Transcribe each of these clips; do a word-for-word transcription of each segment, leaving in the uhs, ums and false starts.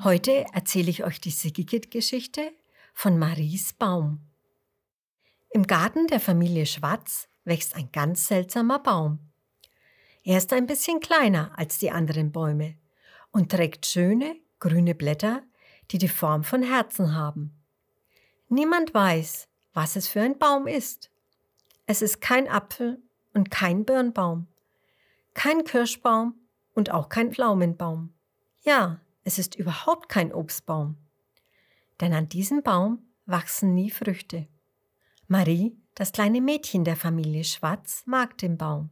Heute erzähle ich euch die Siggigit-Geschichte von Maries Baum. Im Garten der Familie Schwarz wächst ein ganz seltsamer Baum. Er ist ein bisschen kleiner als die anderen Bäume und trägt schöne, grüne Blätter, die die Form von Herzen haben. Niemand weiß, was es für ein Baum ist. Es ist kein Apfel und kein Birnbaum, kein Kirschbaum und auch kein Pflaumenbaum. Ja, es ist überhaupt kein Obstbaum. Denn an diesem Baum wachsen nie Früchte. Marie, das kleine Mädchen der Familie Schwarz, mag den Baum.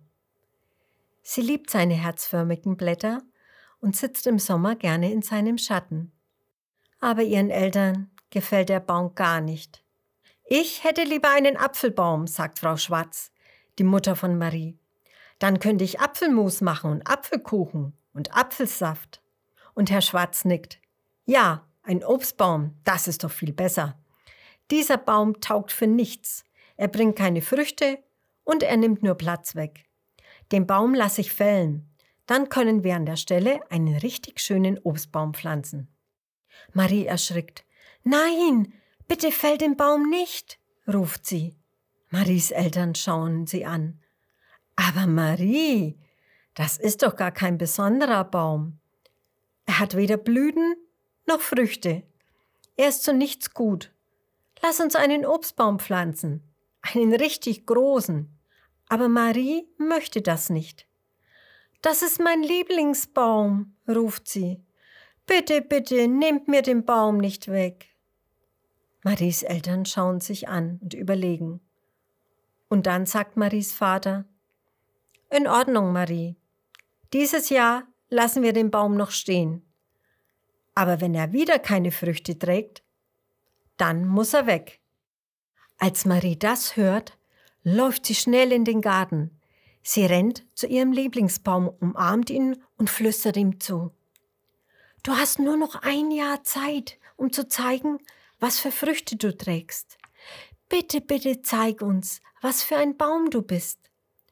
Sie liebt seine herzförmigen Blätter und sitzt im Sommer gerne in seinem Schatten. Aber ihren Eltern gefällt der Baum gar nicht. »Ich hätte lieber einen Apfelbaum«, sagt Frau Schwarz, die Mutter von Marie. »Dann könnte ich Apfelmus machen und Apfelkuchen und Apfelsaft.« Und Herr Schwarz nickt. »Ja, ein Obstbaum, das ist doch viel besser. Dieser Baum taugt für nichts. Er bringt keine Früchte und er nimmt nur Platz weg. Den Baum lasse ich fällen. Dann können wir an der Stelle einen richtig schönen Obstbaum pflanzen.« Marie erschrickt. »Nein, bitte fäll den Baum nicht«, ruft sie. Maries Eltern schauen sie an. »Aber Marie, das ist doch gar kein besonderer Baum. Er hat weder Blüten noch Früchte. Er ist zu nichts gut. Lass uns einen Obstbaum pflanzen, einen richtig großen.« Aber Marie möchte das nicht. »Das ist mein Lieblingsbaum«, ruft sie. »Bitte, bitte, nehmt mir den Baum nicht weg.« Maries Eltern schauen sich an und überlegen. Und dann sagt Maries Vater: »In Ordnung, Marie. Dieses Jahr lassen wir den Baum noch stehen. Aber wenn er wieder keine Früchte trägt, dann muss er weg.« Als Marie das hört, läuft sie schnell in den Garten. Sie rennt zu ihrem Lieblingsbaum, umarmt ihn und flüstert ihm zu: »Du hast nur noch ein Jahr Zeit, um zu zeigen, was für Früchte du trägst. Bitte, bitte zeig uns, was für ein Baum du bist.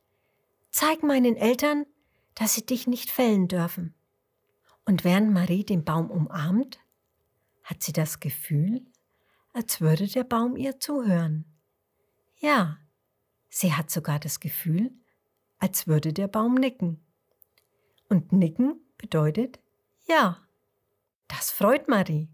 Zeig meinen Eltern, dass sie dich nicht fällen dürfen.« Und während Marie den Baum umarmt, hat sie das Gefühl, als würde der Baum ihr zuhören. Ja, sie hat sogar das Gefühl, als würde der Baum nicken. Und nicken bedeutet ja. Das freut Marie.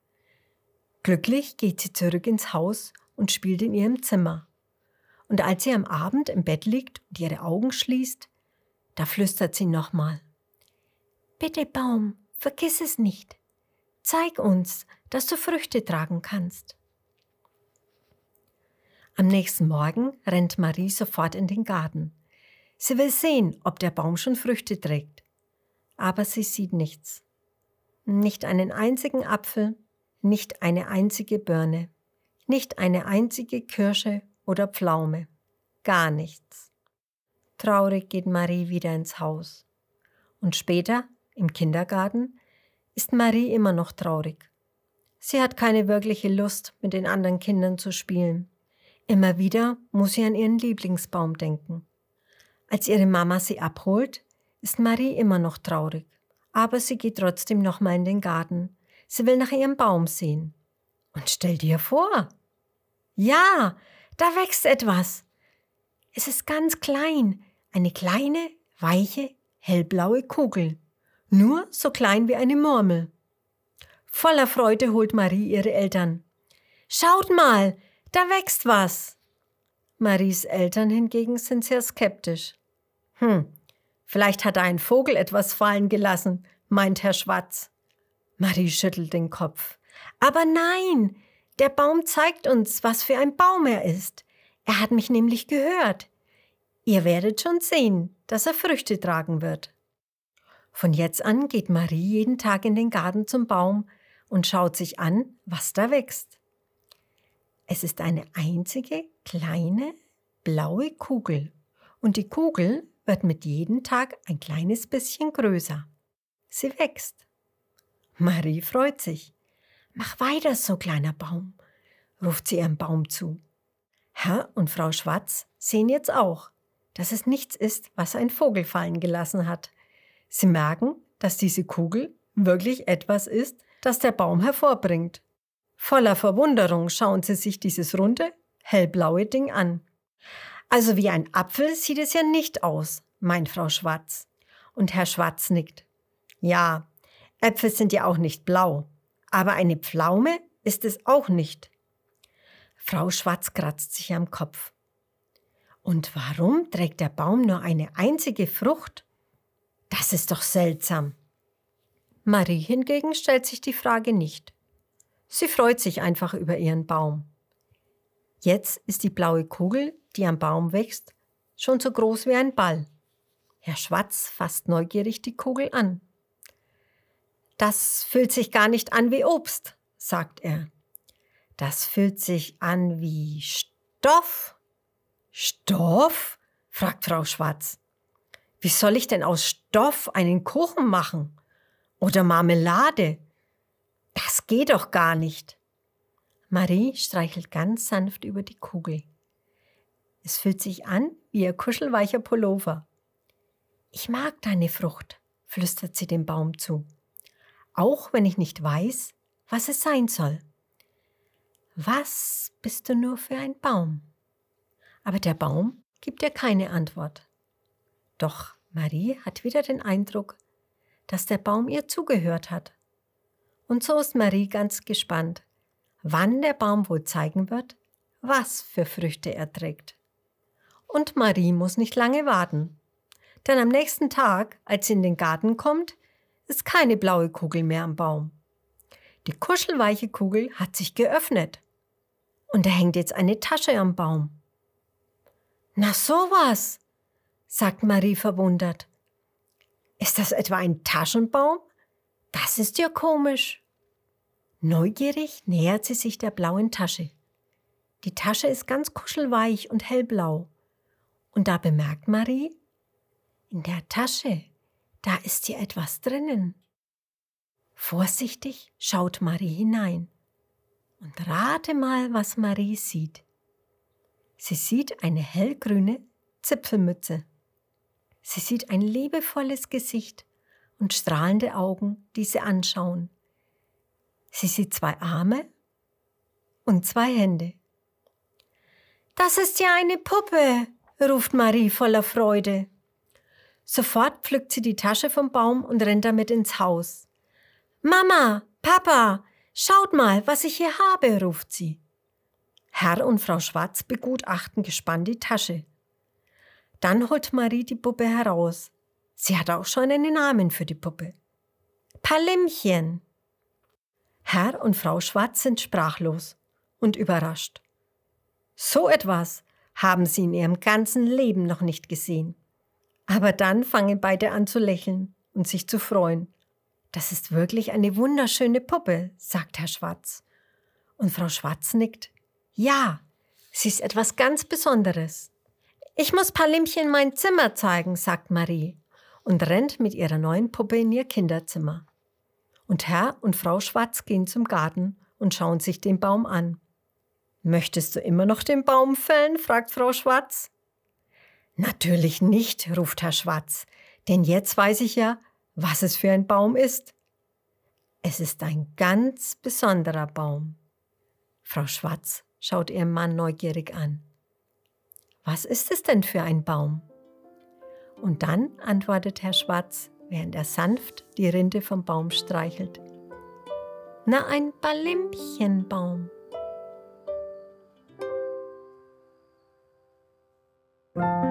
Glücklich geht sie zurück ins Haus und spielt in ihrem Zimmer. Und als sie am Abend im Bett liegt und ihre Augen schließt, da flüstert sie nochmal: »Bitte, Baum, vergiss es nicht. Zeig uns, dass du Früchte tragen kannst.« Am nächsten Morgen rennt Marie sofort in den Garten. Sie will sehen, ob der Baum schon Früchte trägt. Aber sie sieht nichts. Nicht einen einzigen Apfel, nicht eine einzige Birne, nicht eine einzige Kirsche oder Pflaume. Gar nichts. Traurig geht Marie wieder ins Haus. Und später, im Kindergarten, ist Marie immer noch traurig. Sie hat keine wirkliche Lust, mit den anderen Kindern zu spielen. Immer wieder muss sie an ihren Lieblingsbaum denken. Als ihre Mama sie abholt, ist Marie immer noch traurig. Aber sie geht trotzdem nochmal in den Garten. Sie will nach ihrem Baum sehen. Und stell dir vor, ja, da wächst etwas. Es ist ganz klein, eine kleine, weiche, hellblaue Kugel. Nur so klein wie eine Murmel. Voller Freude holt Marie ihre Eltern. »Schaut mal, da wächst was!« Maries Eltern hingegen sind sehr skeptisch. »Hm, vielleicht hat da ein Vogel etwas fallen gelassen«, meint Herr Schwarz. Marie schüttelt den Kopf. »Aber nein, der Baum zeigt uns, was für ein Baum er ist. Er hat mich nämlich gehört. Ihr werdet schon sehen, dass er Früchte tragen wird.« Von jetzt an geht Marie jeden Tag in den Garten zum Baum und schaut sich an, was da wächst. Es ist eine einzige, kleine, blaue Kugel. Und die Kugel wird mit jedem Tag ein kleines bisschen größer. Sie wächst. Marie freut sich. »Mach weiter so, kleiner Baum«, ruft sie ihrem Baum zu. Herr und Frau Schwarz sehen jetzt auch, dass es nichts ist, was ein Vogel fallen gelassen hat. Sie merken, dass diese Kugel wirklich etwas ist, das der Baum hervorbringt. Voller Verwunderung schauen sie sich dieses runde, hellblaue Ding an. Also wie ein Apfel sieht es ja nicht aus, meint Frau Schwarz. Und Herr Schwarz nickt. Ja, Äpfel sind ja auch nicht blau, aber eine Pflaume ist es auch nicht. Frau Schwarz kratzt sich am Kopf. Und warum trägt der Baum nur eine einzige Frucht? Das ist doch seltsam. Marie hingegen stellt sich die Frage nicht. Sie freut sich einfach über ihren Baum. Jetzt ist die blaue Kugel, die am Baum wächst, schon so groß wie ein Ball. Herr Schwarz fasst neugierig die Kugel an. Das fühlt sich gar nicht an wie Obst, sagt er. Das fühlt sich an wie Stoff. Stoff? Fragt Frau Schwarz. Wie soll ich denn aus Stoff einen Kuchen machen? Oder Marmelade? Das geht doch gar nicht. Marie streichelt ganz sanft über die Kugel. Es fühlt sich an wie ihr kuschelweicher Pullover. Ich mag deine Frucht, flüstert sie dem Baum zu, auch wenn ich nicht weiß, was es sein soll. Was bist du nur für ein Baum? Aber der Baum gibt ihr keine Antwort. Doch Marie hat wieder den Eindruck, dass der Baum ihr zugehört hat. Und so ist Marie ganz gespannt, wann der Baum wohl zeigen wird, was für Früchte er trägt. Und Marie muss nicht lange warten. Denn am nächsten Tag, als sie in den Garten kommt, ist keine blaue Kugel mehr am Baum. Die kuschelweiche Kugel hat sich geöffnet. Und da hängt jetzt eine Tasche am Baum. Na sowas, sagt Marie verwundert. Ist das etwa ein Taschenbaum? Das ist ja komisch. Neugierig nähert sie sich der blauen Tasche. Die Tasche ist ganz kuschelweich und hellblau. Und da bemerkt Marie, in der Tasche, da ist hier etwas drinnen. Vorsichtig schaut Marie hinein. Und rate mal, was Marie sieht. Sie sieht eine hellgrüne Zipfelmütze. Sie sieht ein liebevolles Gesicht und strahlende Augen, die sie anschauen. Sie sieht zwei Arme und zwei Hände. Das ist ja eine Puppe, ruft Marie voller Freude. Sofort pflückt sie die Tasche vom Baum und rennt damit ins Haus. Mama, Papa, schaut mal, was ich hier habe, ruft sie. Herr und Frau Schwarz begutachten gespannt die Tasche. Dann holt Marie die Puppe heraus. Sie hat auch schon einen Namen für die Puppe. Palimchen. Herr und Frau Schwarz sind sprachlos und überrascht. So etwas haben sie in ihrem ganzen Leben noch nicht gesehen. Aber dann fangen beide an zu lächeln und sich zu freuen. Das ist wirklich eine wunderschöne Puppe, sagt Herr Schwarz. Und Frau Schwarz nickt. Ja, sie ist etwas ganz Besonderes. Ich muss Palimchen mein Zimmer zeigen, sagt Marie und rennt mit ihrer neuen Puppe in ihr Kinderzimmer. Und Herr und Frau Schwarz gehen zum Garten und schauen sich den Baum an. Möchtest du immer noch den Baum fällen, fragt Frau Schwarz. Natürlich nicht, ruft Herr Schwarz, denn jetzt weiß ich ja, was es für ein Baum ist. Es ist ein ganz besonderer Baum. Frau Schwarz schaut ihren Mann neugierig an. Was ist es denn für ein Baum? Und dann antwortet Herr Schwarz, während er sanft die Rinde vom Baum streichelt. Na, ein Palimchenbaum. Thank you.